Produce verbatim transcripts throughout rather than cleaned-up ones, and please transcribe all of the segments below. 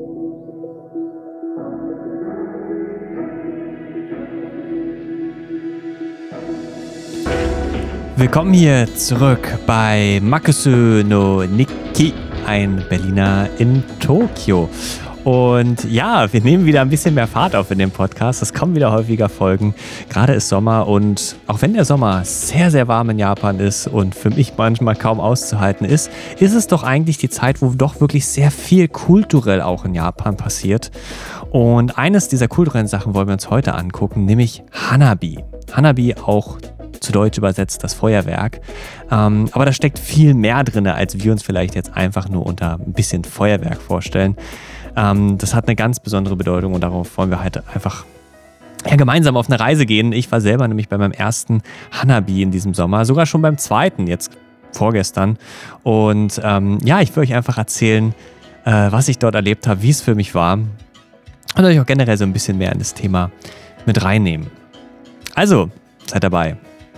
Willkommen hier zurück bei Makusu no Nikki, ein Berliner in Tokio. Und ja, wir nehmen wieder ein bisschen mehr Fahrt auf in dem Podcast. Es kommen wieder häufiger Folgen. Gerade ist Sommer und auch wenn der Sommer sehr, sehr warm in Japan ist und für mich manchmal kaum auszuhalten ist, ist es doch eigentlich die Zeit, wo doch wirklich sehr viel kulturell auch in Japan passiert. Und eines dieser kulturellen Sachen wollen wir uns heute angucken, nämlich Hanabi. Hanabi, auch zu Deutsch übersetzt das Feuerwerk. Ähm, aber da steckt viel mehr drin, als wir uns vielleicht jetzt einfach nur unter ein bisschen Feuerwerk vorstellen. Ähm, das hat eine ganz besondere Bedeutung und darauf wollen wir heute einfach ja, gemeinsam auf eine Reise gehen. Ich war selber nämlich bei meinem ersten Hanabi in diesem Sommer, sogar schon beim zweiten, jetzt vorgestern. Und ähm, ja, ich will euch einfach erzählen, äh, was ich dort erlebt habe, wie es für mich war und euch auch generell so ein bisschen mehr in das Thema mit reinnehmen. Also, seid dabei.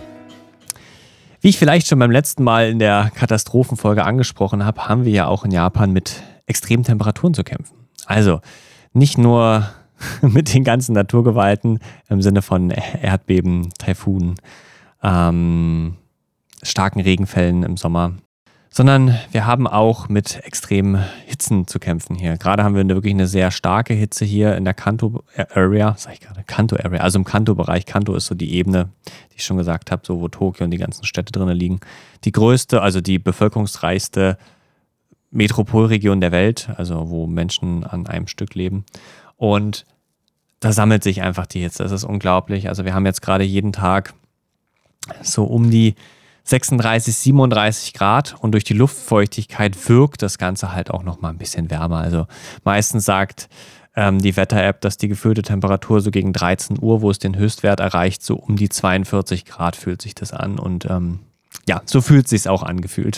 Wie ich vielleicht schon beim letzten Mal in der Katastrophenfolge angesprochen habe, haben wir ja auch in Japan mit extremen Temperaturen zu kämpfen. Also nicht nur mit den ganzen Naturgewalten im Sinne von Erdbeben, Taifunen, ähm, starken Regenfällen im Sommer, sondern wir haben auch mit extremen Hitzen zu kämpfen hier. Gerade haben wir eine, wirklich eine sehr starke Hitze hier in der Kanto-Area, sag ich gerade, Kanto-Area, also im Kanto-Bereich. Kanto ist so die Ebene, die ich schon gesagt habe, so wo Tokio und die ganzen Städte drin liegen. Die größte, also die bevölkerungsreichste Metropolregion der Welt, also wo Menschen an einem Stück leben. Und da sammelt sich einfach die Hitze. Das ist unglaublich. Also wir haben jetzt gerade jeden Tag so um die sechsunddreißig, siebenunddreißig Grad und durch die Luftfeuchtigkeit wirkt das Ganze halt auch nochmal ein bisschen wärmer. Also meistens sagt ähm, die Wetter-App, dass die gefühlte Temperatur so gegen dreizehn Uhr, wo es den Höchstwert erreicht, so um die zweiundvierzig Grad fühlt sich das an und ähm, ja, so fühlt es sich auch angefühlt,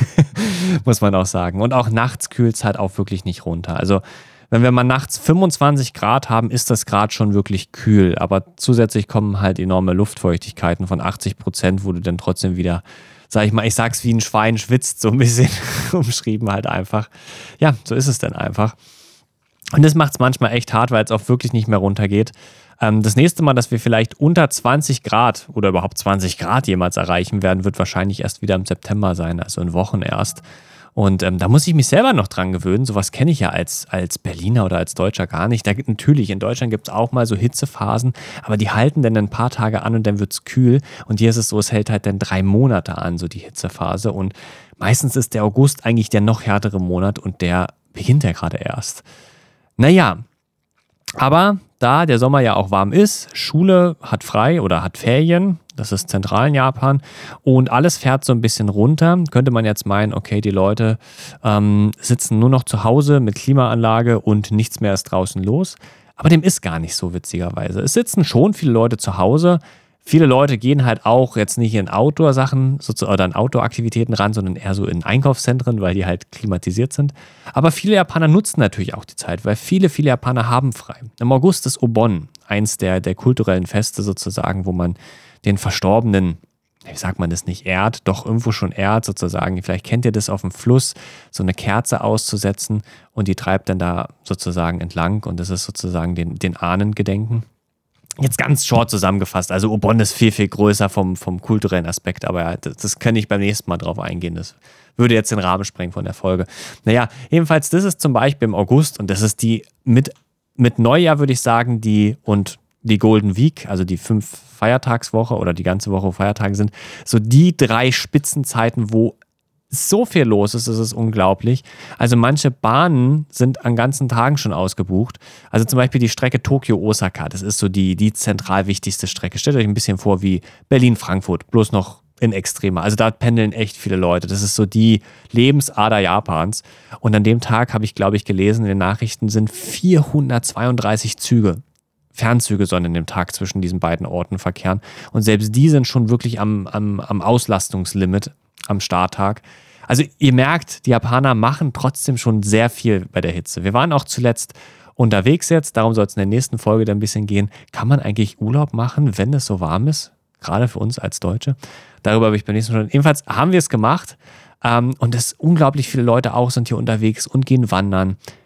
muss man auch sagen. Und auch nachts kühlt es halt auch wirklich nicht runter. Also wenn wir mal nachts fünfundzwanzig Grad haben, ist das gerade schon wirklich kühl. Aber zusätzlich kommen halt enorme Luftfeuchtigkeiten von achtzig Prozent, wo du dann trotzdem wieder, sag ich mal, ich sag's wie ein Schwein schwitzt, so ein bisschen umschrieben halt einfach. Ja, so ist es dann einfach. Und das macht es manchmal echt hart, weil es auch wirklich nicht mehr runtergeht. Ähm, das nächste Mal, dass wir vielleicht unter zwanzig Grad oder überhaupt zwanzig Grad jemals erreichen werden, wird wahrscheinlich erst wieder im September sein, also in Wochen erst. Und ähm, da muss ich mich selber noch dran gewöhnen. Sowas kenne ich ja als, als Berliner oder als Deutscher gar nicht. Da, natürlich, in Deutschland gibt es auch mal so Hitzephasen, aber die halten dann ein paar Tage an und dann wird es kühl. Und hier ist es so, es hält halt dann drei Monate an, so die Hitzephase. Und meistens ist der August eigentlich der noch härtere Monat und der beginnt ja gerade erst. Naja, aber da der Sommer ja auch warm ist, Schule hat frei oder hat Ferien, das ist zentral in Japan und alles fährt so ein bisschen runter, könnte man jetzt meinen, okay, die Leute ähm, sitzen nur noch zu Hause mit Klimaanlage und nichts mehr ist draußen los, aber dem ist gar nicht so witzigerweise. Es sitzen schon viele Leute zu Hause. Viele Leute gehen halt auch jetzt nicht in Outdoor-Sachen oder in Outdoor-Aktivitäten ran, sondern eher so in Einkaufszentren, weil die halt klimatisiert sind. Aber viele Japaner nutzen natürlich auch die Zeit, weil viele, viele Japaner haben frei. Im August ist Obon, eins der, der kulturellen Feste sozusagen, wo man den Verstorbenen, wie sagt man das nicht, ehrt, doch irgendwo schon ehrt sozusagen. Vielleicht kennt ihr das auf dem Fluss, so eine Kerze auszusetzen und die treibt dann da sozusagen entlang und das ist sozusagen den, den Ahnen gedenken. Jetzt ganz short zusammengefasst, also Obon ist viel, viel größer vom, vom kulturellen Aspekt, aber das, das kann ich beim nächsten Mal drauf eingehen, das würde jetzt den Rahmen sprengen von der Folge. Naja, jedenfalls, das ist zum Beispiel im August und das ist die mit, mit Neujahr, würde ich sagen, die und die Golden Week, also die fünf Feiertagswoche oder die ganze Woche, wo Feiertage sind, so die drei Spitzenzeiten, wo so viel los ist, das ist unglaublich. Also manche Bahnen sind an ganzen Tagen schon ausgebucht. Also zum Beispiel die Strecke Tokio-Osaka, das ist so die, die zentral wichtigste Strecke. Stellt euch ein bisschen vor wie Berlin-Frankfurt, bloß noch in Extremer. Also da pendeln echt viele Leute. Das ist so die Lebensader Japans. Und an dem Tag habe ich, glaube ich, gelesen, in den Nachrichten sind vierhundertzweiunddreißig Züge. Fernzüge sollen an dem Tag zwischen diesen beiden Orten verkehren. Und selbst die sind schon wirklich am, am, am Auslastungslimit am Starttag. Also ihr merkt, die Japaner machen trotzdem schon sehr viel bei der Hitze. Wir waren auch zuletzt unterwegs jetzt, darum soll es in der nächsten Folge dann ein bisschen gehen. Kann man eigentlich Urlaub machen, wenn es so warm ist? Gerade für uns als Deutsche. Darüber habe ich beim nächsten Mal schon. Jedenfalls haben wir es gemacht. Ähm, und es unglaublich viele Leute auch sind hier unterwegs und gehen wandern.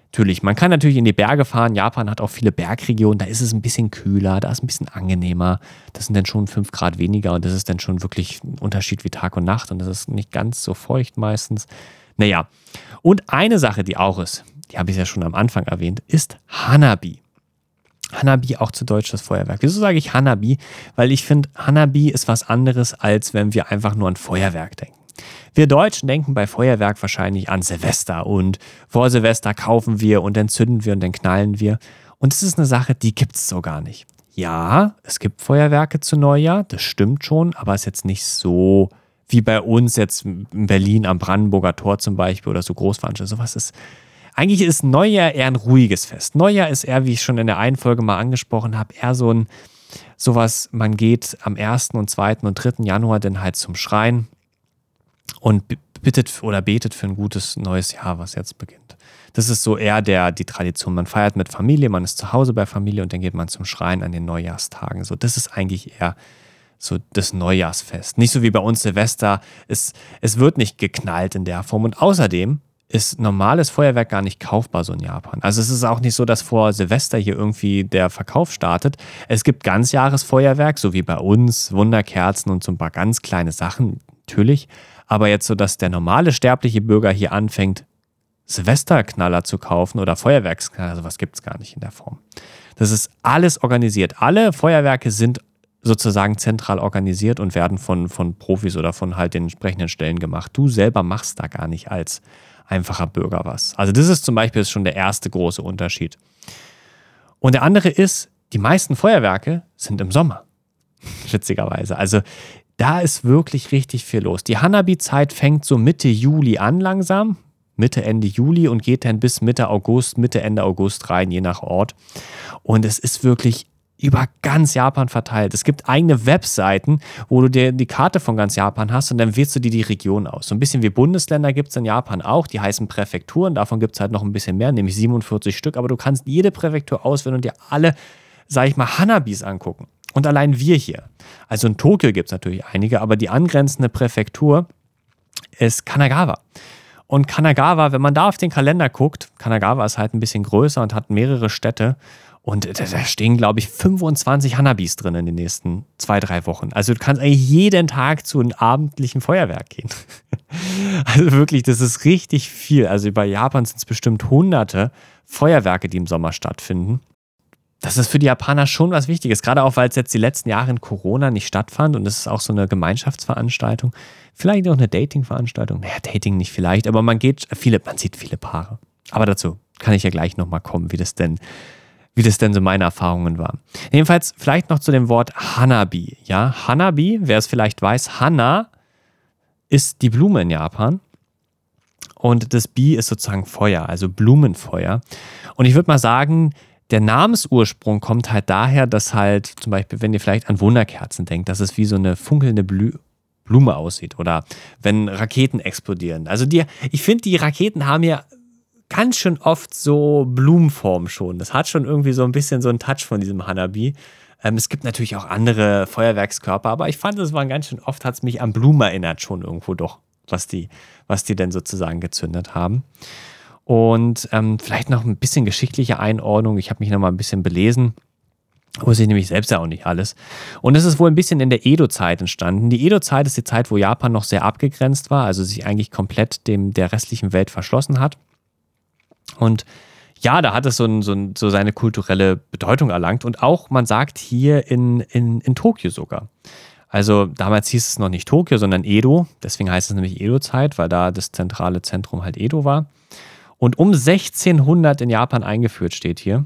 Natürlich, man kann natürlich in die Berge fahren. Japan hat auch viele Bergregionen, da ist es ein bisschen kühler, da ist es ein bisschen angenehmer. Das sind dann schon fünf Grad weniger und das ist dann schon wirklich ein Unterschied wie Tag und Nacht und das ist nicht ganz so feucht meistens. Naja, und eine Sache, die auch ist, die habe ich ja schon am Anfang erwähnt, ist Hanabi. Hanabi, auch zu Deutsch das Feuerwerk. Wieso sage ich Hanabi? Weil ich finde, Hanabi ist was anderes, als wenn wir einfach nur an Feuerwerk denken. Wir Deutschen denken bei Feuerwerk wahrscheinlich an Silvester und vor Silvester kaufen wir und dann zünden wir und dann knallen wir. Und das ist eine Sache, die gibt es so gar nicht. Ja, es gibt Feuerwerke zu Neujahr, das stimmt schon, aber es ist jetzt nicht so wie bei uns jetzt in Berlin am Brandenburger Tor zum Beispiel oder so Großveranstaltungen. Sowas ist, eigentlich ist Neujahr eher ein ruhiges Fest. Neujahr ist eher, wie ich schon in der einen Folge mal angesprochen habe, eher so ein, sowas, man geht am ersten und zweiten und dritten Januar dann halt zum Schrein und bittet oder betet für ein gutes neues Jahr, was jetzt beginnt. Das ist so eher der, die Tradition. Man feiert mit Familie, man ist zu Hause bei Familie und dann geht man zum Schrein an den Neujahrstagen. So, das ist eigentlich eher so das Neujahrsfest. Nicht so wie bei uns Silvester. Es, es wird nicht geknallt in der Form. Und außerdem ist normales Feuerwerk gar nicht kaufbar so in Japan. Also es ist auch nicht so, dass vor Silvester hier irgendwie der Verkauf startet. Es gibt Ganzjahresfeuerwerk, so wie bei uns, Wunderkerzen und so ein paar ganz kleine Sachen, natürlich. Aber jetzt so, dass der normale sterbliche Bürger hier anfängt, Silvesterknaller zu kaufen oder Feuerwerksknaller, sowas gibt es gar nicht in der Form. Das ist alles organisiert. Alle Feuerwerke sind sozusagen zentral organisiert und werden von, von Profis oder von halt den entsprechenden Stellen gemacht. Du selber machst da gar nicht als einfacher Bürger was. Also das ist zum Beispiel schon der erste große Unterschied. Und der andere ist, die meisten Feuerwerke sind im Sommer. Witzigerweise. Also da ist wirklich richtig viel los. Die Hanabi-Zeit fängt so Mitte Juli an langsam. Mitte, Ende Juli und geht dann bis Mitte August, Mitte, Ende August rein, je nach Ort. Und es ist wirklich über ganz Japan verteilt. Es gibt eigene Webseiten, wo du dir die Karte von ganz Japan hast und dann wählst du dir die Region aus. So ein bisschen wie Bundesländer gibt es in Japan auch, die heißen Präfekturen, davon gibt es halt noch ein bisschen mehr, nämlich siebenundvierzig Stück, aber du kannst jede Präfektur auswählen und dir alle, sag ich mal, Hanabis angucken. Und allein wir hier, also in Tokio gibt es natürlich einige, aber die angrenzende Präfektur ist Kanagawa. Und Kanagawa, wenn man da auf den Kalender guckt, Kanagawa ist halt ein bisschen größer und hat mehrere Städte. Und da stehen, glaube ich, fünfundzwanzig Hanabis drin in den nächsten zwei, drei Wochen. Also du kannst eigentlich jeden Tag zu einem abendlichen Feuerwerk gehen. Also wirklich, das ist richtig viel. Also bei Japan sind es bestimmt hunderte Feuerwerke, die im Sommer stattfinden. Das ist für die Japaner schon was Wichtiges, gerade auch, weil es jetzt die letzten Jahre in Corona nicht stattfand und es ist auch so eine Gemeinschaftsveranstaltung. Vielleicht auch eine Dating-Veranstaltung. Naja, Dating nicht vielleicht, aber man geht viele, man sieht viele Paare. Aber dazu kann ich ja gleich nochmal kommen, wie das denn wie das denn so meine Erfahrungen waren. Jedenfalls vielleicht noch zu dem Wort Hanabi. Ja, Hanabi, wer es vielleicht weiß, Hana ist die Blume in Japan und das Bi ist sozusagen Feuer, also Blumenfeuer. Und ich würde mal sagen, der Namensursprung kommt halt daher, dass halt zum Beispiel, wenn ihr vielleicht an Wunderkerzen denkt, dass es wie so eine funkelnde Blü- Blume aussieht oder wenn Raketen explodieren. Also die, ich finde, die Raketen haben ja ganz schön oft so Blumenform schon. Das hat schon irgendwie so ein bisschen so einen Touch von diesem Hanabi. Ähm, es gibt natürlich auch andere Feuerwerkskörper, aber ich fand, es waren ganz schön oft, hat es mich an Blumen erinnert schon irgendwo doch, was die, was die denn sozusagen gezündet haben. Und ähm, vielleicht noch ein bisschen geschichtliche Einordnung. Ich habe mich noch mal ein bisschen belesen. Wusste ich nämlich selbst ja auch nicht alles. Und es ist wohl ein bisschen in der Edo-Zeit entstanden. Die Edo-Zeit ist die Zeit, wo Japan noch sehr abgegrenzt war, also sich eigentlich komplett dem der restlichen Welt verschlossen hat. Und ja, da hat es so, ein, so, ein, so seine kulturelle Bedeutung erlangt. Und auch, man sagt, hier in, in, in Tokio sogar. Also damals hieß es noch nicht Tokio, sondern Edo. Deswegen heißt es nämlich Edo-Zeit, weil da das zentrale Zentrum halt Edo war. Und um sechzehnhundert in Japan eingeführt, steht hier.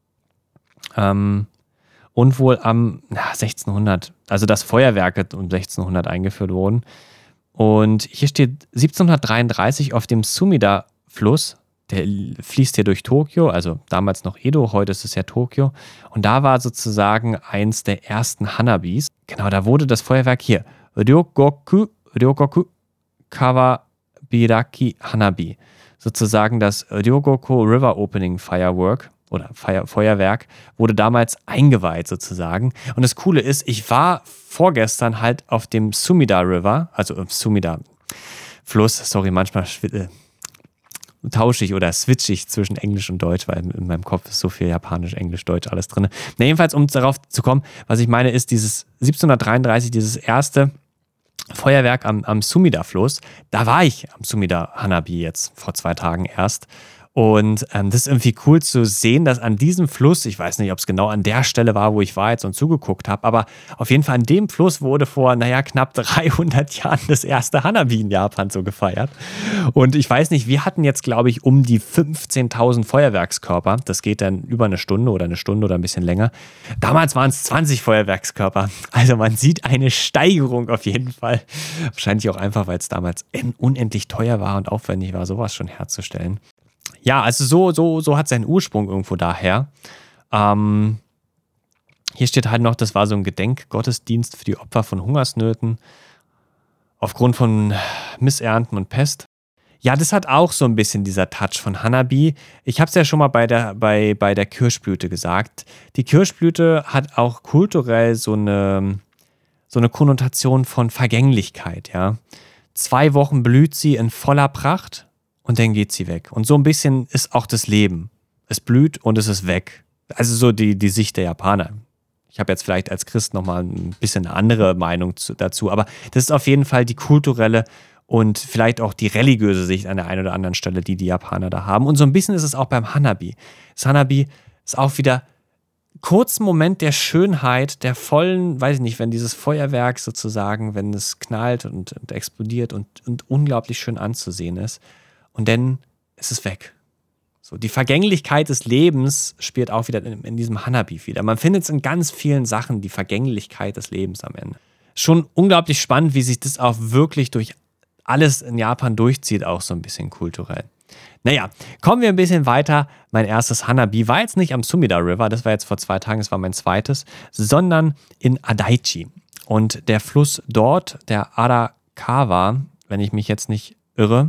Ähm, und wohl am na, sechzehnhundert, also dass Feuerwerke um sechzehnhundert eingeführt wurden. Und hier steht siebzehnhundertdreiunddreißig auf dem Sumida-Fluss. Der fließt hier durch Tokio, also damals noch Edo, heute ist es ja Tokio. Und da war sozusagen eins der ersten Hanabis. Genau, da wurde das Feuerwerk hier, Ryogoku, Ryogoku Kawabiraki Hanabi, sozusagen das Ryogoku River Opening Firework oder Feuer, Feuerwerk, wurde damals eingeweiht sozusagen. Und das Coole ist, ich war vorgestern halt auf dem Sumida River, also im Sumida Fluss, sorry, manchmal tausche ich oder switche ich zwischen Englisch und Deutsch, weil in meinem Kopf ist so viel Japanisch, Englisch, Deutsch alles drin. Na, jedenfalls, um darauf zu kommen, was ich meine, ist dieses siebzehnhundertdreiunddreißig, dieses erste Feuerwerk am, am Sumida-Fluss. Da war ich am Sumida Hanabi jetzt vor zwei Tagen erst. Und ähm, das ist irgendwie cool zu sehen, dass an diesem Fluss, ich weiß nicht, ob es genau an der Stelle war, wo ich war jetzt und zugeguckt habe, aber auf jeden Fall an dem Fluss wurde vor, naja, knapp dreihundert Jahren das erste Hanabi in Japan so gefeiert. Und ich weiß nicht, wir hatten jetzt, glaube ich, um die fünfzehntausend Feuerwerkskörper. Das geht dann über eine Stunde oder eine Stunde oder ein bisschen länger. Damals waren es zwanzig Feuerwerkskörper. Also man sieht eine Steigerung auf jeden Fall. Wahrscheinlich auch einfach, weil es damals unendlich teuer war und aufwendig war, sowas schon herzustellen. Ja, also so, so, so hat seinen Ursprung irgendwo daher. Ähm, hier steht halt noch, das war so ein Gedenkgottesdienst für die Opfer von Hungersnöten aufgrund von Missernten und Pest. Ja, das hat auch so ein bisschen dieser Touch von Hanabi. Ich habe es ja schon mal bei der, bei, bei der Kirschblüte gesagt. Die Kirschblüte hat auch kulturell so eine, so eine Konnotation von Vergänglichkeit. Ja. Zwei Wochen blüht sie in voller Pracht. Und dann geht sie weg. Und so ein bisschen ist auch das Leben. Es blüht und es ist weg. Also so die, die Sicht der Japaner. Ich habe jetzt vielleicht als Christ nochmal ein bisschen eine andere Meinung zu, dazu. Aber das ist auf jeden Fall die kulturelle und vielleicht auch die religiöse Sicht an der einen oder anderen Stelle, die die Japaner da haben. Und so ein bisschen ist es auch beim Hanabi. Das Hanabi ist auch wieder kurzen Moment der Schönheit, der vollen, weiß ich nicht, wenn dieses Feuerwerk sozusagen, wenn es knallt und, und explodiert und, und unglaublich schön anzusehen ist. Und dann ist es weg. So, die Vergänglichkeit des Lebens spielt auch wieder in, in diesem Hanabi wieder. Man findet es in ganz vielen Sachen, die Vergänglichkeit des Lebens am Ende. Schon unglaublich spannend, wie sich das auch wirklich durch alles in Japan durchzieht, auch so ein bisschen kulturell. Naja, kommen wir ein bisschen weiter. Mein erstes Hanabi war jetzt nicht am Sumida River, das war jetzt vor zwei Tagen, das war mein zweites, sondern in Adachi. Und der Fluss dort, der Arakawa, wenn ich mich jetzt nicht irre,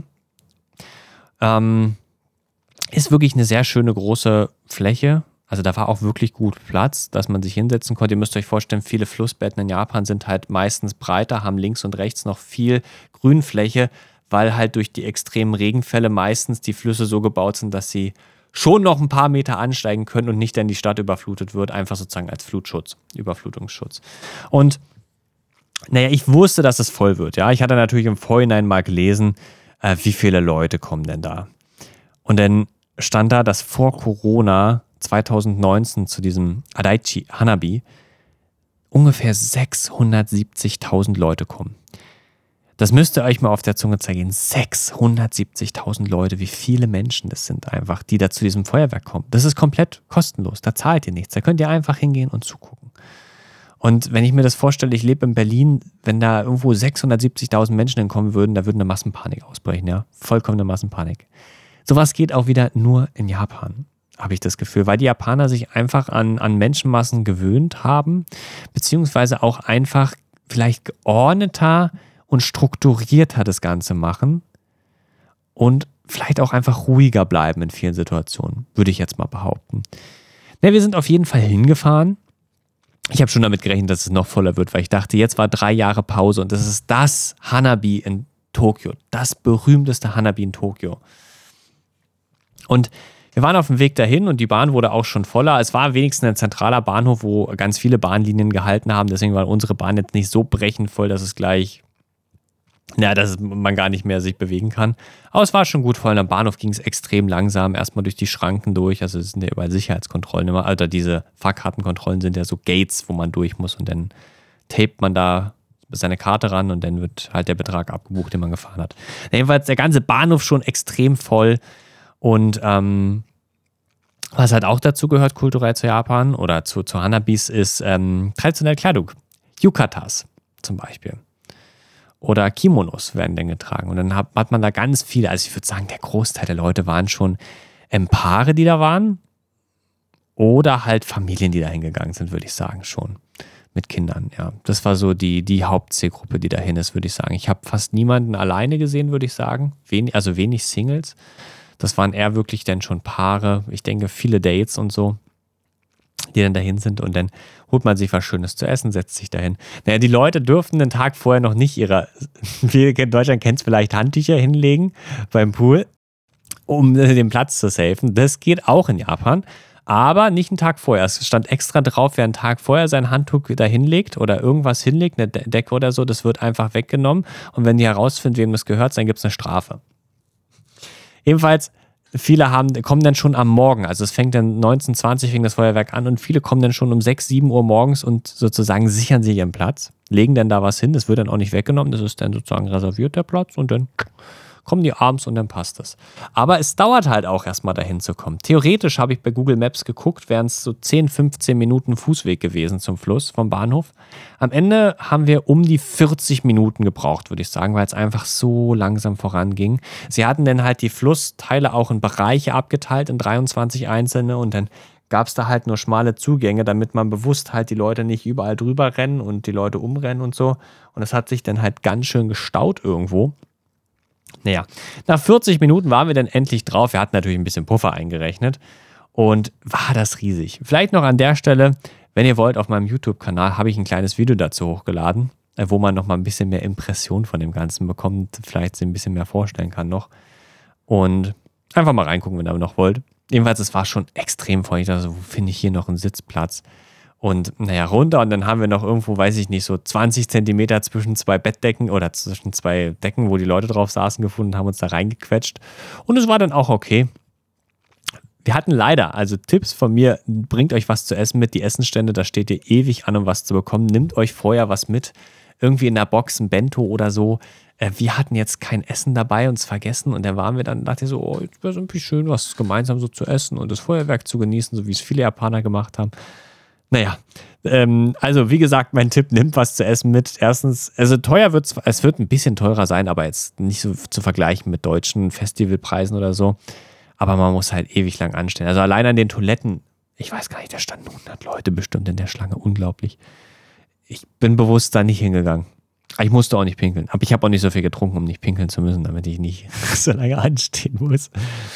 Ähm, ist wirklich eine sehr schöne große Fläche. Also da war auch wirklich gut Platz, dass man sich hinsetzen konnte. Ihr müsst euch vorstellen, viele Flussbetten in Japan sind halt meistens breiter, haben links und rechts noch viel Grünfläche, weil halt durch die extremen Regenfälle meistens die Flüsse so gebaut sind, dass sie schon noch ein paar Meter ansteigen können und nicht dann die Stadt überflutet wird, einfach sozusagen als Flutschutz, Überflutungsschutz. Und naja, ich wusste, dass es voll wird. Ja, ich hatte natürlich im Vorhinein mal gelesen, Äh, wie viele Leute kommen denn da? Und dann stand da, dass vor Corona zwanzig neunzehn zu diesem Adachi Hanabi ungefähr sechshundertsiebzigtausend Leute kommen. Das müsst ihr euch mal auf der Zunge zergehen. sechshundertsiebzigtausend Leute, wie viele Menschen das sind einfach, die da zu diesem Feuerwerk kommen. Das ist komplett kostenlos, da zahlt ihr nichts. Da könnt ihr einfach hingehen und zugucken. Und wenn ich mir das vorstelle, ich lebe in Berlin, wenn da irgendwo sechshundertsiebzigtausend Menschen hinkommen würden, da würde eine Massenpanik ausbrechen, ja. Vollkommene Massenpanik. Sowas geht auch wieder nur in Japan, habe ich das Gefühl, weil die Japaner sich einfach an, an Menschenmassen gewöhnt haben, beziehungsweise auch einfach vielleicht geordneter und strukturierter das Ganze machen und vielleicht auch einfach ruhiger bleiben in vielen Situationen, würde ich jetzt mal behaupten. Ja, wir sind auf jeden Fall hingefahren. Ich habe schon damit gerechnet, dass es noch voller wird, weil ich dachte, jetzt war drei Jahre Pause und das ist das Hanabi in Tokio, das berühmteste Hanabi in Tokio. Und wir waren auf dem Weg dahin und die Bahn wurde auch schon voller. Es war wenigstens ein zentraler Bahnhof, wo ganz viele Bahnlinien gehalten haben. Deswegen war unsere Bahn jetzt nicht so brechend voll, dass es gleich, ja, dass man gar nicht mehr sich bewegen kann. Aber es war schon gut voll. Am Bahnhof ging es extrem langsam. Erstmal durch die Schranken durch. Also es sind ja überall Sicherheitskontrollen immer. Also diese Fahrkartenkontrollen sind ja so Gates, wo man durch muss. Und dann tapet man da seine Karte ran und dann wird halt der Betrag abgebucht, den man gefahren hat. Jedenfalls der ganze Bahnhof schon extrem voll. Und ähm, was halt auch dazu gehört, kulturell zu Japan oder zu, zu Hanabis, ist ähm, traditionelle Kleidung. Yukatas zum Beispiel. Oder Kimonos werden dann getragen. Und dann hat, hat man da ganz viele, also ich würde sagen, der Großteil der Leute waren schon ähm, Paare, die da waren. Oder halt Familien, die da hingegangen sind, würde ich sagen, schon. Mit Kindern, ja. Das war so die, die Hauptzielgruppe, die dahin ist, würde ich sagen. Ich habe fast niemanden alleine gesehen, würde ich sagen. Wen, also wenig Singles. Das waren eher wirklich dann schon Paare. Ich denke, viele Dates und so, die dann dahin sind. Und dann holt man sich was Schönes zu essen, setzt sich dahin. Naja, die Leute dürften den Tag vorher noch nicht ihre, wie in Deutschland kennt es vielleicht, Handtücher hinlegen beim Pool. um den Platz zu safen. Das geht auch in Japan, aber nicht einen Tag vorher. Es stand extra drauf, wer einen Tag vorher sein Handtuch da hinlegt oder irgendwas hinlegt, eine Decke oder so, das wird einfach weggenommen. Und wenn die herausfinden, wem das gehört, dann gibt es eine Strafe. Ebenfalls, viele haben, kommen dann schon am Morgen, also es fängt dann neunzehn, zwanzig fängt das Feuerwerk an und viele kommen dann schon um sechs, sieben Uhr morgens und sozusagen sichern sich ihren Platz, legen dann da was hin, das wird dann auch nicht weggenommen, das ist dann sozusagen reserviert, der Platz, und dann kommen die abends und dann passt es. Aber es dauert halt auch erstmal dahin zu kommen. Theoretisch habe ich bei Google Maps geguckt, wären es so zehn, fünfzehn Minuten Fußweg gewesen zum Fluss vom Bahnhof. Am Ende haben wir um die vierzig Minuten gebraucht, würde ich sagen, weil es einfach so langsam voranging. Sie hatten dann halt die Flussteile auch in Bereiche abgeteilt, in dreiundzwanzig einzelne, und dann gab es da halt nur schmale Zugänge, damit man bewusst halt die Leute nicht überall drüber rennen und die Leute umrennen und so. Und es hat sich dann halt ganz schön gestaut irgendwo. Naja, nach vierzig Minuten waren wir dann endlich drauf. Wir hatten natürlich ein bisschen Puffer eingerechnet und war das riesig. Vielleicht noch an der Stelle, wenn ihr wollt, auf meinem YouTube-Kanal habe ich ein kleines Video dazu hochgeladen, wo man noch mal ein bisschen mehr Impression von dem Ganzen bekommt, vielleicht sich ein bisschen mehr vorstellen kann noch. Und einfach mal reingucken, wenn ihr noch wollt. Jedenfalls, es war schon extrem voll. Ich dachte so, wo finde ich hier noch einen Sitzplatz? Und naja, runter, und dann haben wir noch irgendwo, weiß ich nicht, so zwanzig Zentimeter zwischen zwei Bettdecken oder zwischen zwei Decken, wo die Leute drauf saßen, gefunden, haben uns da reingequetscht. Und es war dann auch okay. Wir hatten leider, also Tipps von mir, bringt euch was zu essen mit, die Essenstände, da steht ihr ewig an, um was zu bekommen. Nehmt euch vorher was mit, irgendwie in der Box, ein Bento oder so. Wir hatten jetzt kein Essen dabei, uns vergessen, und dann waren wir dann, dachte ich so, oh, jetzt wäre es irgendwie schön, was gemeinsam so zu essen und das Feuerwerk zu genießen, so wie es viele Japaner gemacht haben. Naja, ähm, also wie gesagt, mein Tipp, nimmt was zu essen mit. Erstens, also teuer wird es, es wird ein bisschen teurer sein, aber jetzt nicht so zu vergleichen mit deutschen Festivalpreisen oder so. Aber man muss halt ewig lang anstehen. Also allein an den Toiletten, ich weiß gar nicht, da standen hundert Leute bestimmt in der Schlange, unglaublich. Ich bin bewusst da nicht hingegangen. Ich musste auch nicht pinkeln, aber ich habe auch nicht so viel getrunken, um nicht pinkeln zu müssen, damit ich nicht so lange anstehen muss.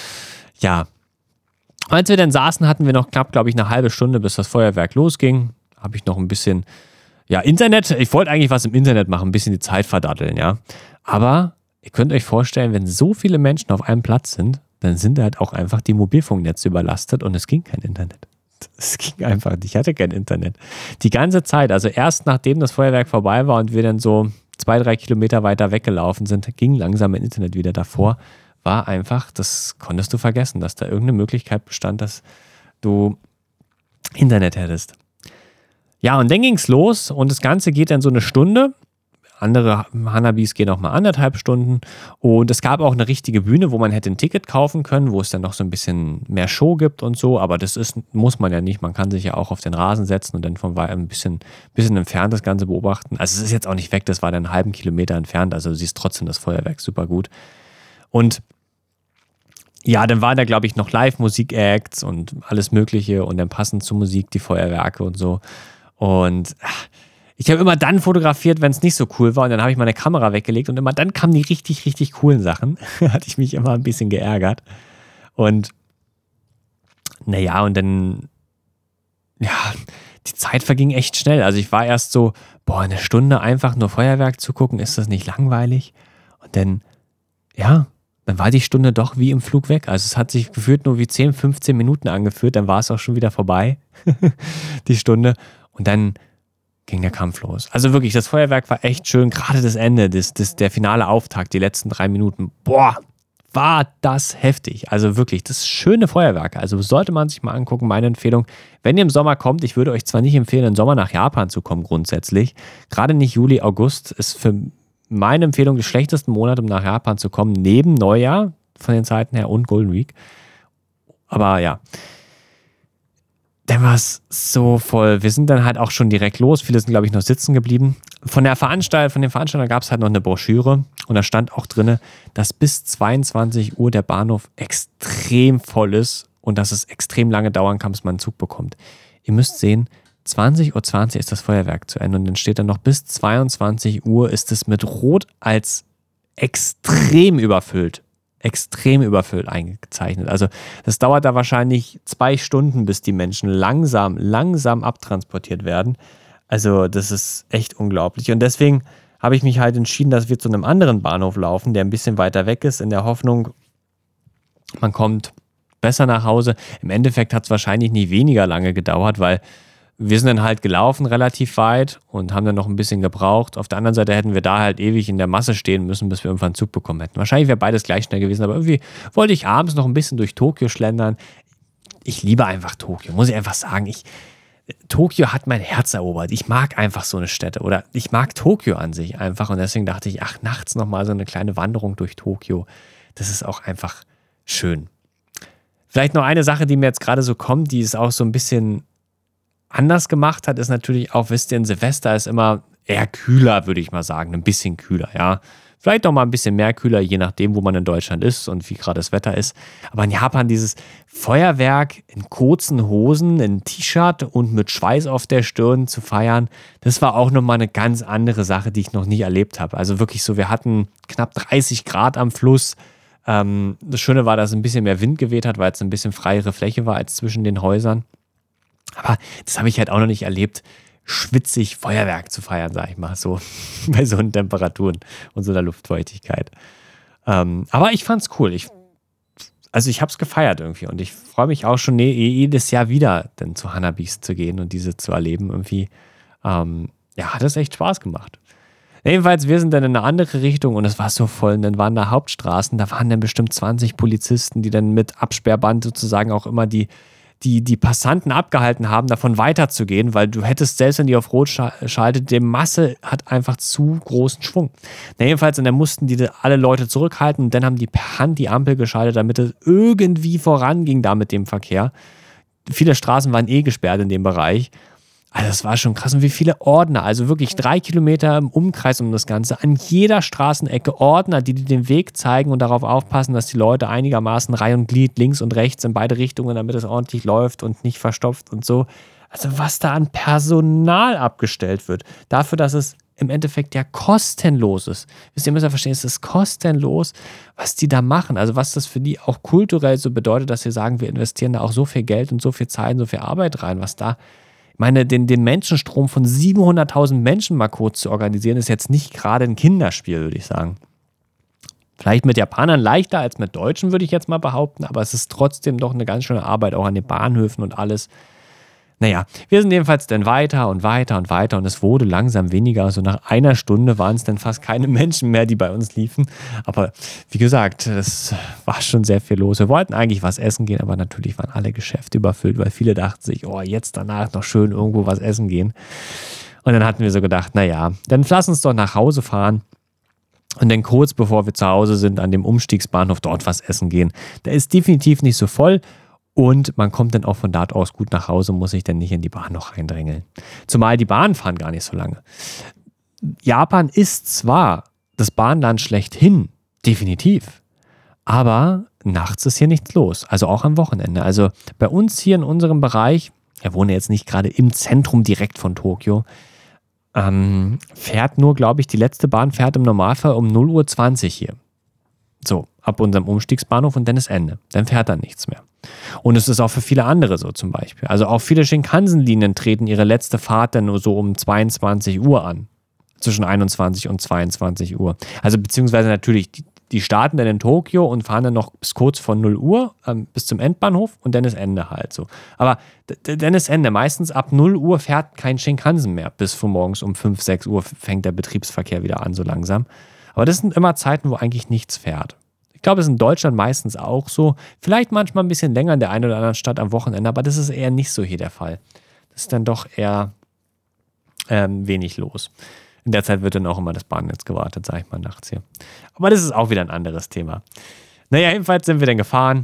Ja. Als wir dann saßen, hatten wir noch knapp, glaube ich, eine halbe Stunde, bis das Feuerwerk losging. Habe ich noch ein bisschen, ja, Internet, ich wollte eigentlich was im Internet machen, ein bisschen die Zeit verdatteln, ja. Aber ihr könnt euch vorstellen, wenn so viele Menschen auf einem Platz sind, dann sind halt auch einfach die Mobilfunknetze überlastet und es ging kein Internet. Es ging einfach nicht, ich hatte kein Internet. Die ganze Zeit, also erst nachdem das Feuerwerk vorbei war und wir dann so zwei, drei Kilometer weiter weggelaufen sind, ging langsam mein Internet wieder. Davor war einfach, das konntest du vergessen, dass da irgendeine Möglichkeit bestand, dass du Internet hättest. Ja, und dann ging es los und das Ganze geht dann so eine Stunde. Andere Hanabis gehen auch mal anderthalb Stunden. Und es gab auch eine richtige Bühne, wo man hätte ein Ticket kaufen können, wo es dann noch so ein bisschen mehr Show gibt und so. Aber das ist, muss man ja nicht. Man kann sich ja auch auf den Rasen setzen und dann von ein bisschen, bisschen entfernt das Ganze beobachten. Also es ist jetzt auch nicht weg, das war dann einen halben Kilometer entfernt. Also du siehst trotzdem das Feuerwerk super gut. Und ja, dann waren da, glaube ich, noch Live-Musik-Acts und alles Mögliche und dann passend zur Musik die Feuerwerke und so. Und ich habe immer dann fotografiert, wenn es nicht so cool war, und dann habe ich meine Kamera weggelegt und immer dann kamen die richtig, richtig coolen Sachen. Hatte ich mich immer ein bisschen geärgert. Und naja, und dann, ja, die Zeit verging echt schnell. Also ich war erst so, boah, eine Stunde einfach nur Feuerwerk zu gucken, ist das nicht langweilig? Und dann, ja, dann war die Stunde doch wie im Flug weg. Also es hat sich gefühlt nur wie zehn, fünfzehn Minuten angefühlt, dann war es auch schon wieder vorbei, die Stunde. Und dann ging der Kampf los. Also wirklich, das Feuerwerk war echt schön, gerade das Ende, das, das, der finale Auftakt, die letzten drei Minuten, boah, war das heftig. Also wirklich, das schöne Feuerwerk. Also sollte man sich mal angucken, meine Empfehlung. Wenn ihr im Sommer kommt, ich würde euch zwar nicht empfehlen, im Sommer nach Japan zu kommen grundsätzlich, gerade nicht Juli, August ist für meine Empfehlung, die schlechtesten Monate, um nach Japan zu kommen, neben Neujahr von den Zeiten her und Golden Week. Aber ja, dann war es so voll. Wir sind dann halt auch schon direkt los. Viele sind, glaube ich, noch sitzen geblieben. Von der Veranstaltung, von den Veranstaltern gab es halt noch eine Broschüre und da stand auch drin, dass bis zweiundzwanzig Uhr der Bahnhof extrem voll ist und dass es extrem lange dauern kann, bis man einen Zug bekommt. Ihr müsst sehen, zwanzig Uhr zwanzig ist das Feuerwerk zu Ende und dann steht dann noch bis zweiundzwanzig Uhr ist es mit Rot als extrem überfüllt, extrem überfüllt eingezeichnet. Also das dauert da wahrscheinlich zwei Stunden, bis die Menschen langsam, langsam abtransportiert werden. Also das ist echt unglaublich und deswegen habe ich mich halt entschieden, dass wir zu einem anderen Bahnhof laufen, der ein bisschen weiter weg ist, in der Hoffnung, Man kommt besser nach Hause. Im Endeffekt hat es wahrscheinlich nicht weniger lange gedauert, weil wir sind dann halt gelaufen relativ weit und haben dann noch ein bisschen gebraucht. Auf der anderen Seite hätten wir da halt ewig in der Masse stehen müssen, bis wir irgendwann einen Zug bekommen hätten. Wahrscheinlich wäre beides gleich schnell gewesen, aber irgendwie wollte ich abends noch ein bisschen durch Tokio schlendern. Ich liebe einfach Tokio, muss ich einfach sagen. Ich, Tokio hat mein Herz erobert. Ich mag einfach so eine Stätte oder ich mag Tokio an sich einfach und deswegen dachte ich, ach, nachts nochmal so eine kleine Wanderung durch Tokio. Das ist auch einfach schön. Vielleicht noch eine Sache, die mir jetzt gerade so kommt, die es auch so ein bisschen anders gemacht hat, ist natürlich auch, wisst ihr, in Silvester ist immer eher kühler, würde ich mal sagen. Ein bisschen kühler, ja. Vielleicht auch mal ein bisschen mehr kühler, je nachdem, wo man in Deutschland ist und wie gerade das Wetter ist. Aber in Japan dieses Feuerwerk in kurzen Hosen, in T-Shirt und mit Schweiß auf der Stirn zu feiern, das war auch nochmal eine ganz andere Sache, die ich noch nie erlebt habe. Also wirklich so, wir hatten knapp dreißig Grad am Fluss. Ähm, das Schöne war, dass es ein bisschen mehr Wind geweht hat, weil es ein bisschen freiere Fläche war als zwischen den Häusern. Aber das habe ich halt auch noch nicht erlebt, schwitzig Feuerwerk zu feiern, sag ich mal, so bei so einen Temperaturen und so einer Luftfeuchtigkeit. Ähm, aber ich fand's cool. Ich, also ich habe es gefeiert irgendwie und ich freue mich auch schon jedes Jahr wieder dann zu Hanabis zu gehen und diese zu erleben irgendwie. Ähm, ja, hat es echt Spaß gemacht. Jedenfalls, wir sind dann in eine andere Richtung und es war so voll. Und dann waren da Hauptstraßen, da waren dann bestimmt zwanzig Polizisten, die dann mit Absperrband sozusagen auch immer die die die Passanten abgehalten haben, davon weiterzugehen, weil du hättest, selbst wenn die auf Rot schaltet, die Masse hat einfach zu großen Schwung. Na, jedenfalls, und dann mussten die alle Leute zurückhalten und dann haben die per Hand die Ampel geschaltet, damit es irgendwie voranging da mit dem Verkehr. Viele Straßen waren eh gesperrt in dem Bereich. Also das war schon krass. Und wie viele Ordner, also wirklich drei Kilometer im Umkreis um das Ganze, an jeder Straßenecke Ordner, die dir den Weg zeigen und darauf aufpassen, dass die Leute einigermaßen Reihe und Glied links und rechts in beide Richtungen, damit es ordentlich läuft und nicht verstopft und so. Also was da an Personal abgestellt wird, dafür, dass es im Endeffekt ja kostenlos ist. Wisst ihr, müsst ihr verstehen, es ist kostenlos, was die da machen. Also was das für die auch kulturell so bedeutet, dass sie sagen, wir investieren da auch so viel Geld und so viel Zeit und so viel Arbeit rein, was da Ich meine, den, den Menschenstrom von siebenhunderttausend Menschen mal kurz zu organisieren, ist jetzt nicht gerade ein Kinderspiel, würde ich sagen. Vielleicht mit Japanern leichter als mit Deutschen, würde ich jetzt mal behaupten, aber es ist trotzdem doch eine ganz schöne Arbeit, auch an den Bahnhöfen und alles. Naja, wir sind jedenfalls dann weiter und weiter und weiter und es wurde langsam weniger. Also nach einer Stunde waren es dann fast keine Menschen mehr, die bei uns liefen. Aber wie gesagt, es war schon sehr viel los. Wir wollten eigentlich was essen gehen, aber natürlich waren alle Geschäfte überfüllt, weil viele dachten sich, oh, jetzt danach noch schön irgendwo was essen gehen. Und dann hatten wir so gedacht, naja, dann lass uns doch nach Hause fahren. Und dann kurz bevor wir zu Hause sind, an dem Umstiegsbahnhof dort was essen gehen. Der ist definitiv nicht so voll. Und man kommt dann auch von dort aus gut nach Hause, muss sich dann nicht in die Bahn noch reindrängeln. Zumal die Bahnen fahren gar nicht so lange. Japan ist zwar das Bahnland schlechthin, definitiv, aber nachts ist hier nichts los, also auch am Wochenende. Also bei uns hier in unserem Bereich, wir wohnen jetzt nicht gerade im Zentrum direkt von Tokio, ähm, fährt nur, glaube ich, die letzte Bahn fährt im Normalfall um null Uhr zwanzig hier. So, ab unserem Umstiegsbahnhof und dann ist Ende. Dann fährt da nichts mehr. Und es ist auch für viele andere so zum Beispiel. Also auch viele Shinkansen-Linien treten ihre letzte Fahrt dann nur so um zweiundzwanzig Uhr an. Zwischen einundzwanzig und zweiundzwanzig Uhr. Also beziehungsweise natürlich, die, die starten dann in Tokio und fahren dann noch bis kurz vor null Uhr ähm, bis zum Endbahnhof und dann ist Ende halt so. Aber d- dann ist Ende. Meistens ab null Uhr fährt kein Shinkansen mehr. Bis vor morgens um fünf, sechs Uhr fängt der Betriebsverkehr wieder an so langsam. Aber das sind immer Zeiten, wo eigentlich nichts fährt. Ich glaube, das ist in Deutschland meistens auch so. Vielleicht manchmal ein bisschen länger in der einen oder anderen Stadt am Wochenende, aber das ist eher nicht so hier der Fall. Das ist dann doch eher ähm, wenig los. In der Zeit wird dann auch immer das Bahnnetz gewartet, sage ich mal, nachts hier. Aber das ist auch wieder ein anderes Thema. Naja, jedenfalls sind wir dann gefahren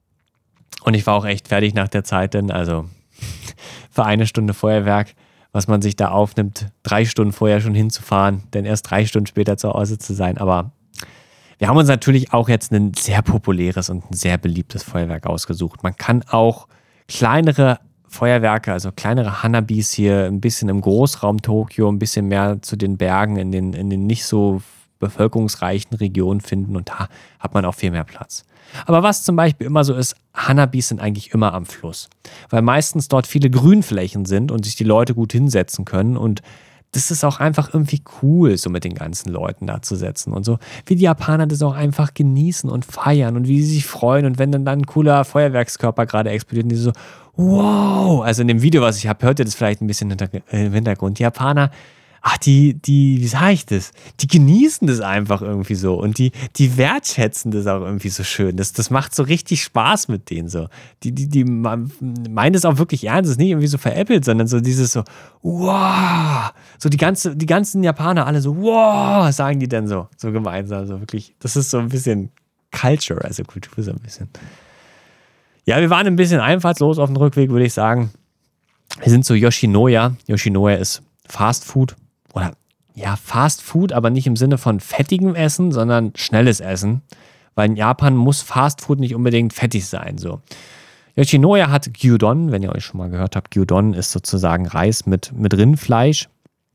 und ich war auch echt fertig nach der Zeit, denn also für eine Stunde Feuerwerk, was man sich da aufnimmt, drei Stunden vorher schon hinzufahren, dann erst drei Stunden später zu Hause zu sein. Aber wir haben uns natürlich auch jetzt ein sehr populäres und ein sehr beliebtes Feuerwerk ausgesucht. Man kann auch kleinere Feuerwerke, also kleinere Hanabis hier ein bisschen im Großraum Tokio, ein bisschen mehr zu den Bergen, in den, in den nicht so bevölkerungsreichen Regionen finden und da hat man auch viel mehr Platz. Aber was zum Beispiel immer so ist, Hanabis sind eigentlich immer am Fluss, weil meistens dort viele Grünflächen sind und sich die Leute gut hinsetzen können und das ist auch einfach irgendwie cool, so mit den ganzen Leuten da zu setzen und so, wie die Japaner das auch einfach genießen und feiern und wie sie sich freuen und wenn dann, dann ein cooler Feuerwerkskörper gerade explodiert und die so, wow, also in dem Video, was ich habe, hört ihr das vielleicht ein bisschen im Hintergrund, die Japaner, ach, die, die, wie sage ich das? Die genießen das einfach irgendwie so und die, die wertschätzen das auch irgendwie so schön. Das, das macht so richtig Spaß mit denen so. Die, die, die meinen es auch wirklich ernst, es ist nicht irgendwie so veräppelt, sondern so dieses so, wow, so die ganze, die ganzen Japaner alle so, wow, sagen die dann so, so gemeinsam, so wirklich. Das ist so ein bisschen Culture, also Kultur so ein bisschen. Ja, wir waren ein bisschen einfallslos auf dem Rückweg, würde ich sagen. Wir sind zu Yoshinoya. Yoshinoya ist Fast Food. Oder ja, Fast Food, aber nicht im Sinne von fettigem Essen, sondern schnelles Essen. Weil in Japan muss Fast Food nicht unbedingt fettig sein. So. Yoshinoya hat Gyudon, wenn ihr euch schon mal gehört habt. Gyudon ist sozusagen Reis mit, mit Rindfleisch.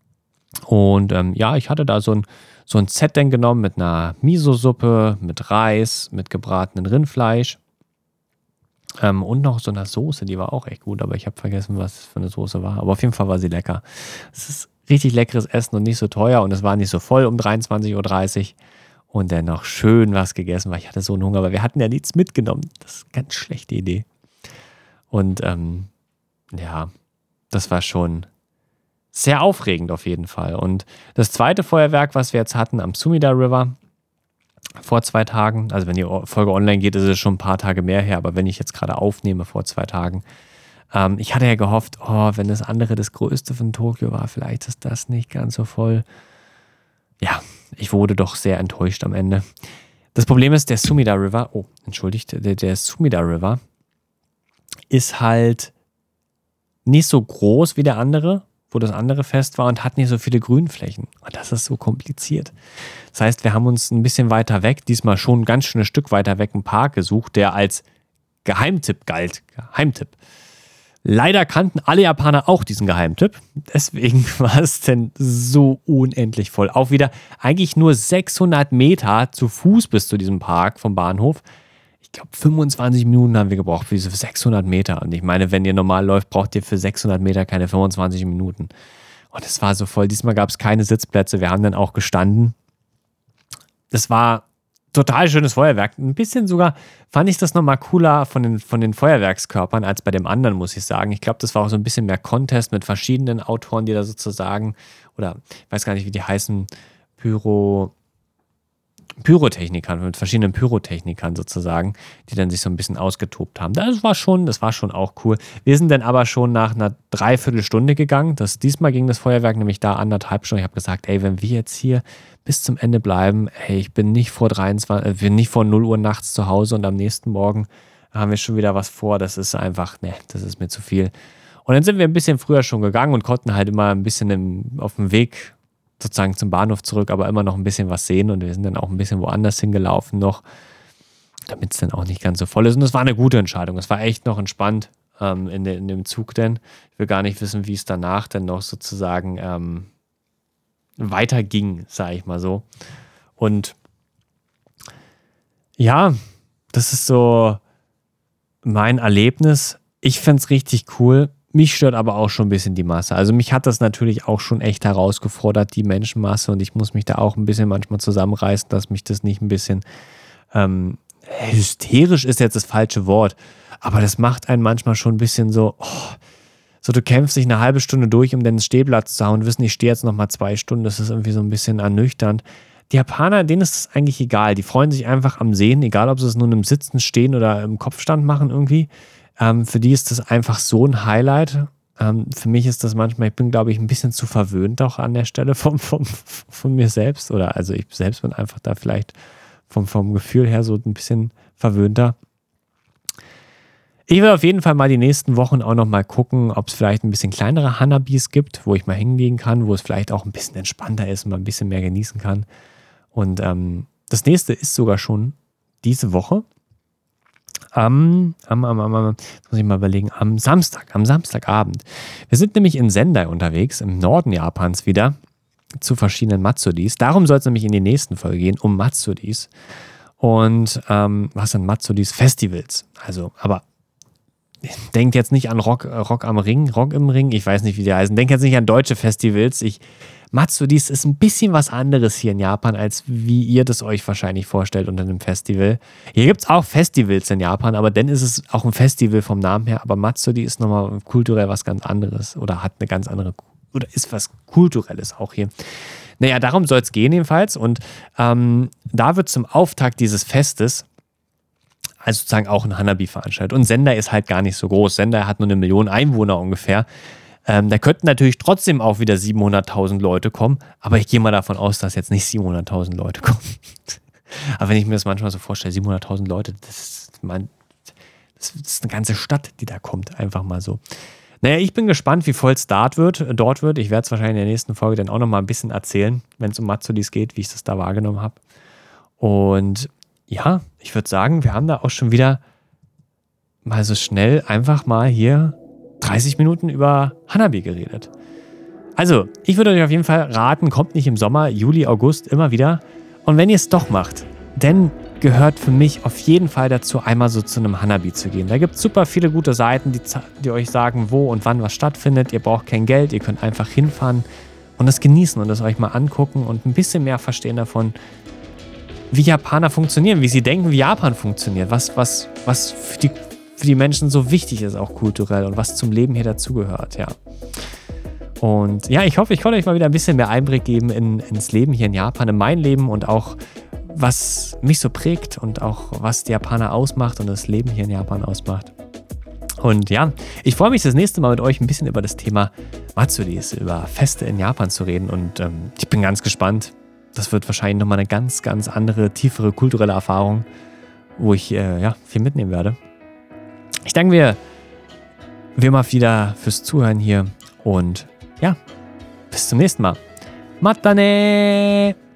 Und ähm, ja, ich hatte da so ein, so ein Set dann genommen mit einer Miso-Suppe, mit Reis, mit gebratenen Rindfleisch. Ähm, und noch so einer Soße, die war auch echt gut, aber ich habe vergessen, was es für eine Soße war. Aber auf jeden Fall war sie lecker. Es ist richtig leckeres Essen und nicht so teuer und es war nicht so voll um dreiundzwanzig Uhr dreißig und dann noch schön was gegessen, weil ich hatte so einen Hunger, weil wir hatten ja nichts mitgenommen. Das ist eine ganz schlechte Idee. Und ähm, ja, das war schon sehr aufregend auf jeden Fall. Und das zweite Feuerwerk, was wir jetzt hatten am Sumida River vor zwei Tagen, also wenn die Folge online geht, ist es schon ein paar Tage mehr her, aber wenn ich jetzt gerade aufnehme vor zwei Tagen, Ähm, ich hatte ja gehofft, oh, wenn das andere das Größte von Tokio war, vielleicht ist das nicht ganz so voll. Ja, ich wurde doch sehr enttäuscht am Ende. Das Problem ist, der Sumida River, oh, entschuldigt, der, der Sumida River ist halt nicht so groß wie der andere, wo das andere Fest war und hat nicht so viele Grünflächen. Und das ist so kompliziert. Das heißt, wir haben uns ein bisschen weiter weg, diesmal schon ein ganz schönes Stück weiter weg, einen Park gesucht, der als Geheimtipp galt. Geheimtipp. Leider kannten alle Japaner auch diesen Geheimtipp. Deswegen war es denn so unendlich voll. Auch wieder eigentlich nur sechshundert Meter zu Fuß bis zu diesem Park vom Bahnhof. Ich glaube, fünfundzwanzig Minuten haben wir gebraucht für diese sechshundert Meter. Und ich meine, wenn ihr normal läuft, braucht ihr für sechshundert Meter keine fünfundzwanzig Minuten. Und es war so voll. Diesmal gab es keine Sitzplätze. Wir haben dann auch gestanden. Das war total schönes Feuerwerk. Ein bisschen sogar fand ich das nochmal cooler von den, von den Feuerwerkskörpern als bei dem anderen, muss ich sagen. Ich glaube, das war auch so ein bisschen mehr Contest mit verschiedenen Autoren, die da sozusagen, oder ich weiß gar nicht, wie die heißen, Pyro, Pyrotechnikern, mit verschiedenen Pyrotechnikern sozusagen, die dann sich so ein bisschen ausgetobt haben. Das war schon, das war schon auch cool. Wir sind dann aber schon nach einer Dreiviertelstunde gegangen. Das, diesmal ging das Feuerwerk nämlich da anderthalb Stunden. Ich habe gesagt, ey, wenn wir jetzt hier bis zum Ende bleiben, ey, ich bin nicht vor dreiundzwanzig, äh, bin nicht vor null Uhr nachts zu Hause und am nächsten Morgen haben wir schon wieder was vor. Das ist einfach, ne, das ist mir zu viel. Und dann sind wir ein bisschen früher schon gegangen und konnten halt immer ein bisschen im, auf dem Weg sozusagen zum Bahnhof zurück, aber immer noch ein bisschen was sehen und wir sind dann auch ein bisschen woanders hingelaufen noch, damit es dann auch nicht ganz so voll ist. Und das war eine gute Entscheidung. Es war echt noch entspannt ähm, in, de, in dem Zug denn. Ich will gar nicht wissen, wie es danach dann noch sozusagen ähm, weiterging, sage ich mal so. Und ja, das ist so mein Erlebnis. Ich fände es richtig cool. Mich stört aber auch schon ein bisschen die Masse. Also mich hat das natürlich auch schon echt herausgefordert, die Menschenmasse. Und ich muss mich da auch ein bisschen manchmal zusammenreißen, dass mich das nicht ein bisschen ähm, hysterisch ist jetzt das falsche Wort. Aber das macht einen manchmal schon ein bisschen so, oh, so du kämpfst dich eine halbe Stunde durch, um den Stehplatz zu hauen und wissen, ich stehe jetzt noch mal zwei Stunden. Das ist irgendwie so ein bisschen ernüchternd. Die Japaner, denen ist es eigentlich egal. Die freuen sich einfach am Sehen, egal ob sie es nun im Sitzen, Stehen oder im Kopfstand machen irgendwie. Ähm, für die ist das einfach so ein Highlight. Ähm, für mich ist das manchmal, ich bin, glaube ich, ein bisschen zu verwöhnt auch an der Stelle vom, vom, von mir selbst. Oder also ich selbst bin einfach da vielleicht vom, vom Gefühl her so ein bisschen verwöhnter. Ich will auf jeden Fall mal die nächsten Wochen auch noch mal gucken, ob es vielleicht ein bisschen kleinere Hanabis gibt, wo ich mal hingehen kann, wo es vielleicht auch ein bisschen entspannter ist und man ein bisschen mehr genießen kann. Und ähm, das nächste ist sogar schon diese Woche. Am, am, am, am, am, jetzt muss ich mal überlegen, am Samstag, am Samstagabend. Wir sind nämlich in Sendai unterwegs, im Norden Japans wieder, zu verschiedenen Matsudis. Darum soll es nämlich in die nächsten Folge gehen, um Matsudis. Und ähm, was sind Matsudis? Festivals. Also, aber denkt jetzt nicht an Rock, Rock am Ring, Rock im Ring, ich weiß nicht, wie die heißen. Denkt jetzt nicht an deutsche Festivals. Ich, Matsudis ist ein bisschen was anderes hier in Japan, als wie ihr das euch wahrscheinlich vorstellt unter einem Festival. Hier gibt es auch Festivals in Japan, aber dann ist es auch ein Festival vom Namen her. Aber Matsuri ist nochmal kulturell was ganz anderes oder hat eine ganz andere, oder ist was Kulturelles auch hier. Naja, darum soll es gehen jedenfalls. Und ähm, da wird zum Auftakt dieses Festes also sozusagen auch ein Hanabi veranstaltet. Und Sendai ist halt gar nicht so groß. Sendai hat nur eine Million Einwohner ungefähr. Ähm, da könnten natürlich trotzdem auch wieder siebenhunderttausend Leute kommen, aber ich gehe mal davon aus, dass jetzt nicht siebenhunderttausend Leute kommen. Aber wenn ich mir das manchmal so vorstelle, siebenhunderttausend Leute, das ist, mein, das ist eine ganze Stadt, die da kommt, einfach mal so. Naja, ich bin gespannt, wie voll es dort wird. Dort wird. Ich werde es wahrscheinlich in der nächsten Folge dann auch noch mal ein bisschen erzählen, wenn es um Matsudis geht, wie ich das da wahrgenommen habe. Und ja, ich würde sagen, wir haben da auch schon wieder mal so schnell einfach mal hier dreißig Minuten über Hanabi geredet. Also, ich würde euch auf jeden Fall raten, kommt nicht im Sommer, Juli, August, immer wieder. Und wenn ihr es doch macht, dann gehört für mich auf jeden Fall dazu, einmal so zu einem Hanabi zu gehen. Da gibt es super viele gute Seiten, die, die euch sagen, wo und wann was stattfindet. Ihr braucht kein Geld, ihr könnt einfach hinfahren und das genießen und das euch mal angucken und ein bisschen mehr verstehen davon, wie Japaner funktionieren, wie sie denken, wie Japan funktioniert, was, was, was für die, für die Menschen so wichtig ist, auch kulturell und was zum Leben hier dazugehört, ja. Und ja, ich hoffe, ich konnte euch mal wieder ein bisschen mehr Einblick geben in, ins Leben hier in Japan, in mein Leben und auch, was mich so prägt und auch, was die Japaner ausmacht und das Leben hier in Japan ausmacht. Und ja, ich freue mich das nächste Mal mit euch ein bisschen über das Thema Matsudis, über Feste in Japan zu reden und ähm, ich bin ganz gespannt. Das wird wahrscheinlich nochmal eine ganz, ganz andere, tiefere kulturelle Erfahrung, wo ich äh, ja, viel mitnehmen werde. Ich danke mir wie immer wieder fürs Zuhören hier und ja, bis zum nächsten Mal. Mata ne!